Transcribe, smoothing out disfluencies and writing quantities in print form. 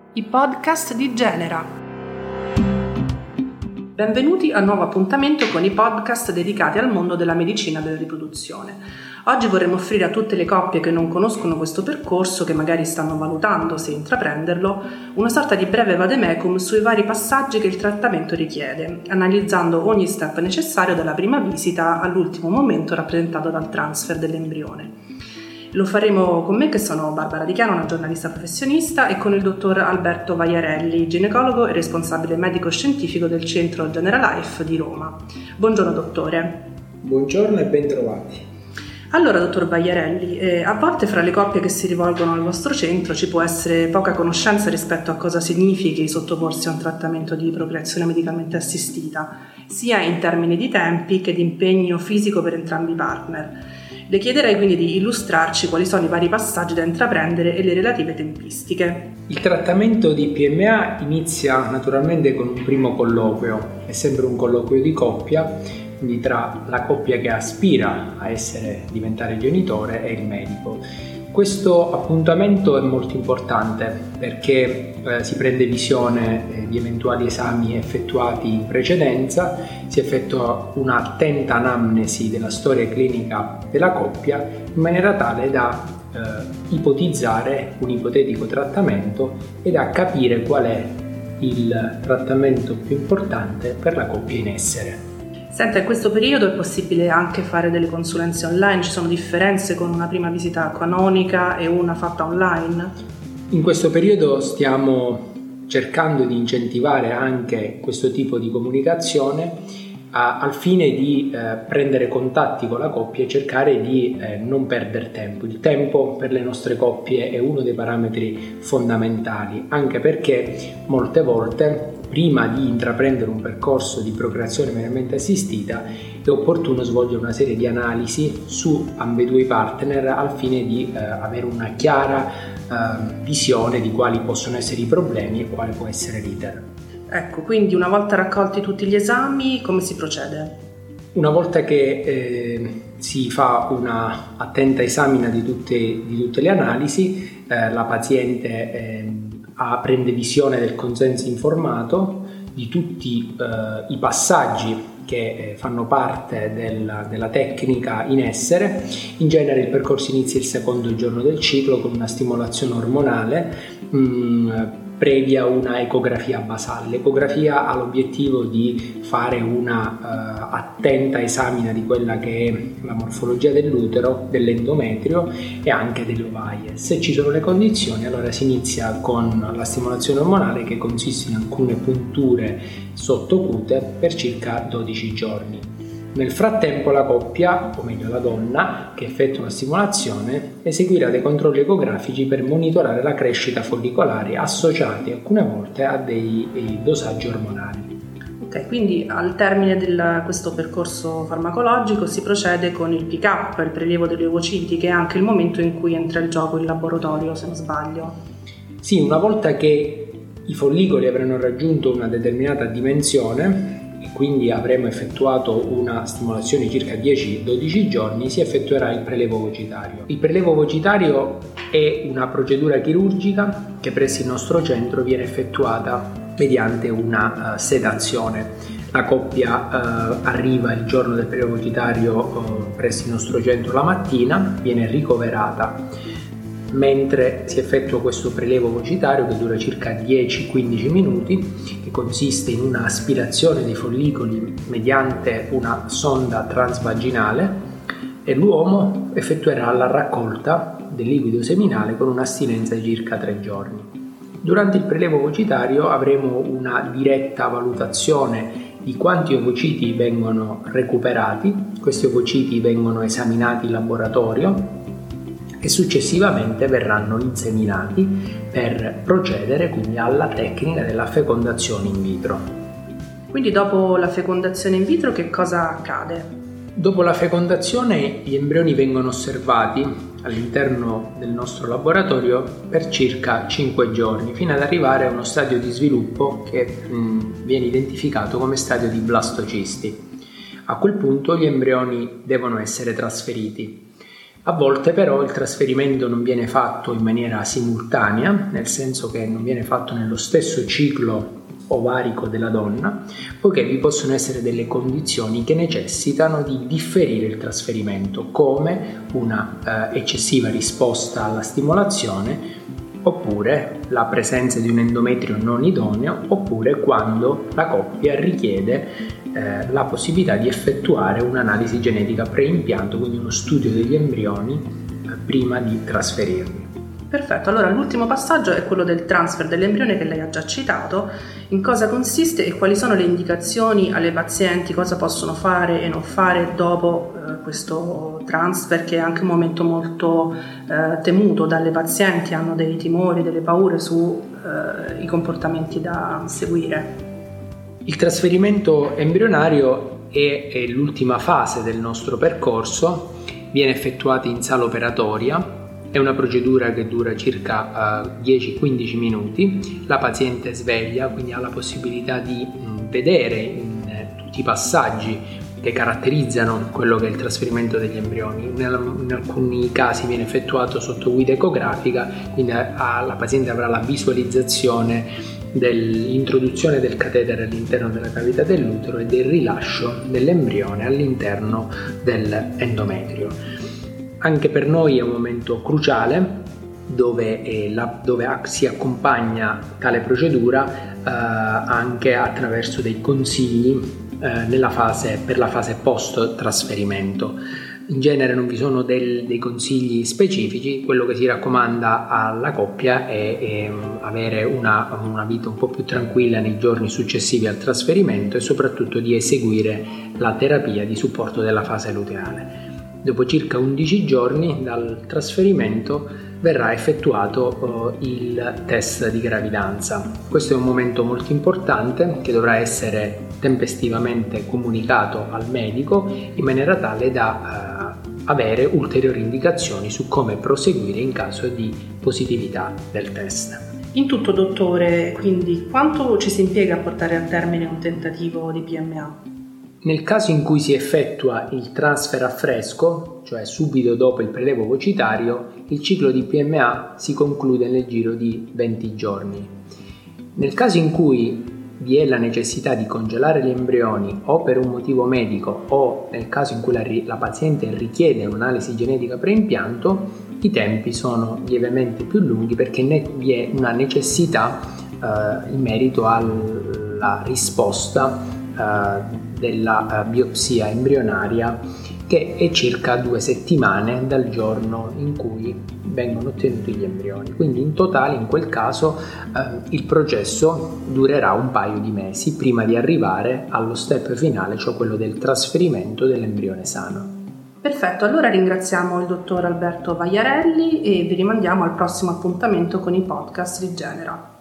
I podcast di Genera. Benvenuti al nuovo appuntamento con i podcast dedicati al mondo della medicina della riproduzione. Oggi vorremmo offrire a tutte le coppie che non conoscono questo percorso, che magari stanno valutando se intraprenderlo, una sorta di breve vademecum sui vari passaggi che il trattamento richiede, analizzando ogni step necessario dalla prima visita all'ultimo momento rappresentato dal transfer dell'embrione. Lo faremo con me, che sono Barbara Di Chiara, una giornalista professionista, e con il dottor Alberto Vaiarelli, ginecologo e responsabile medico-scientifico del Centro GeneraLife di Roma. Buongiorno dottore. Buongiorno e bentrovati. Allora, dottor Vaiarelli, a volte fra le coppie che si rivolgono al vostro centro ci può essere poca conoscenza rispetto a cosa significhi sottoporsi a un trattamento di procreazione medicalmente assistita, sia in termini di tempi che di impegno fisico per entrambi i partner. Le chiederei quindi di illustrarci quali sono i vari passaggi da intraprendere e le relative tempistiche. Il trattamento di PMA inizia naturalmente con un primo colloquio, è sempre un colloquio di coppia, quindi tra la coppia che aspira a diventare genitore e il medico. Questo appuntamento è molto importante perché si prende visione di eventuali esami effettuati in precedenza, si effettua un'attenta anamnesi della storia clinica della coppia in maniera tale da ipotizzare un ipotetico trattamento e da capire qual è il trattamento più importante per la coppia in essere. Senta, in questo periodo è possibile anche fare delle consulenze online? Ci sono differenze con una prima visita canonica e una fatta online? In questo periodo stiamo cercando di incentivare anche questo tipo di comunicazione al fine di prendere contatti con la coppia e cercare di non perdere tempo. Il tempo per le nostre coppie è uno dei parametri fondamentali, anche perché molte volte prima di intraprendere un percorso di procreazione mediamente assistita è opportuno svolgere una serie di analisi su ambedue i partner al fine di avere una chiara visione di quali possono essere i problemi e quale può essere l'iter. Ecco, quindi una volta raccolti tutti gli esami, come si procede? Una volta che si fa una attenta esamina di tutte le analisi, la paziente prende visione del consenso informato di tutti i passaggi che fanno parte della tecnica in essere. In genere il percorso inizia il secondo giorno del ciclo con una stimolazione ormonale previa una ecografia basale. L'ecografia ha l'obiettivo di fare una attenta esamina di quella che è la morfologia dell'utero, dell'endometrio e anche delle ovaie. Se ci sono le condizioni, allora si inizia con la stimolazione ormonale, che consiste in alcune punture sottocute per circa 12 giorni. Nel frattempo la coppia, o meglio la donna, che effettua una stimolazione, eseguirà dei controlli ecografici per monitorare la crescita follicolare, associati alcune volte a dei dosaggi ormonali. Ok, quindi al termine di questo percorso farmacologico si procede con il pick-up, il prelievo degli ovociti, che è anche il momento in cui entra in gioco il laboratorio, se non sbaglio. Sì, una volta che i follicoli avranno raggiunto una determinata dimensione, quindi avremo effettuato una stimolazione di circa 10-12 giorni, si effettuerà il prelevo ovocitario. Il prelevo ovocitario è una procedura chirurgica che presso il nostro centro viene effettuata mediante una sedazione. La coppia arriva il giorno del prelevo ovocitario presso il nostro centro la mattina, viene ricoverata. Mentre si effettua questo prelevo ovocitario, che dura circa 10-15 minuti, che consiste in una aspirazione dei follicoli mediante una sonda transvaginale, e l'uomo effettuerà la raccolta del liquido seminale con un'astinenza di circa 3 giorni. Durante il prelevo ovocitario avremo una diretta valutazione di quanti ovociti vengono recuperati. Questi ovociti vengono esaminati in laboratorio e successivamente verranno inseminati per procedere quindi alla tecnica della fecondazione in vitro. Quindi dopo la fecondazione in vitro che cosa accade? Dopo la fecondazione gli embrioni vengono osservati all'interno del nostro laboratorio per circa 5 giorni, fino ad arrivare a uno stadio di sviluppo che viene identificato come stadio di blastocisti. A quel punto gli embrioni devono essere trasferiti. A volte però il trasferimento non viene fatto in maniera simultanea, nel senso che non viene fatto nello stesso ciclo ovarico della donna, poiché vi possono essere delle condizioni che necessitano di differire il trasferimento, come una eccessiva risposta alla stimolazione, oppure la presenza di un endometrio non idoneo, oppure quando la coppia richiede la possibilità di effettuare un'analisi genetica preimpianto, quindi uno studio degli embrioni prima di trasferirli. Perfetto, allora l'ultimo passaggio è quello del transfer dell'embrione che lei ha già citato. In cosa consiste e quali sono le indicazioni alle pazienti, cosa possono fare e non fare dopo questo transfer, che è anche un momento molto temuto dalle pazienti, hanno dei timori, delle paure sui comportamenti da seguire. Il trasferimento embrionario è l'ultima fase del nostro percorso, viene effettuata in sala operatoria. È una procedura che dura circa 10-15 minuti, la paziente sveglia, quindi ha la possibilità di vedere in tutti i passaggi che caratterizzano quello che è il trasferimento degli embrioni. In alcuni casi viene effettuato sotto guida ecografica, quindi la paziente avrà la visualizzazione dell'introduzione del catetere all'interno della cavità dell'utero e del rilascio dell'embrione all'interno dell'endometrio. Anche per noi è un momento cruciale dove si accompagna tale procedura anche attraverso dei consigli per la fase post trasferimento. In genere non vi sono dei consigli specifici, quello che si raccomanda alla coppia è avere una vita un po' più tranquilla nei giorni successivi al trasferimento e soprattutto di eseguire la terapia di supporto della fase luteale. Dopo circa 11 giorni dal trasferimento verrà effettuato il test di gravidanza. Questo è un momento molto importante che dovrà essere tempestivamente comunicato al medico in maniera tale da avere ulteriori indicazioni su come proseguire in caso di positività del test. In tutto, dottore, quindi quanto ci si impiega a portare a termine un tentativo di PMA? Nel caso in cui si effettua il transfer a fresco, cioè subito dopo il prelevo ovocitario, il ciclo di PMA si conclude nel giro di 20 giorni. Nel caso in cui vi è la necessità di congelare gli embrioni o per un motivo medico o nel caso in cui la paziente richiede un'analisi genetica preimpianto, i tempi sono lievemente più lunghi perché vi è una necessità in merito alla risposta della biopsia embrionaria, che è circa 2 settimane dal giorno in cui vengono ottenuti gli embrioni. Quindi in totale in quel caso il processo durerà un paio di mesi prima di arrivare allo step finale, cioè quello del trasferimento dell'embrione sano. Perfetto, allora ringraziamo il dottor Alberto Vagliarelli e vi rimandiamo al prossimo appuntamento con i podcast Rigenera.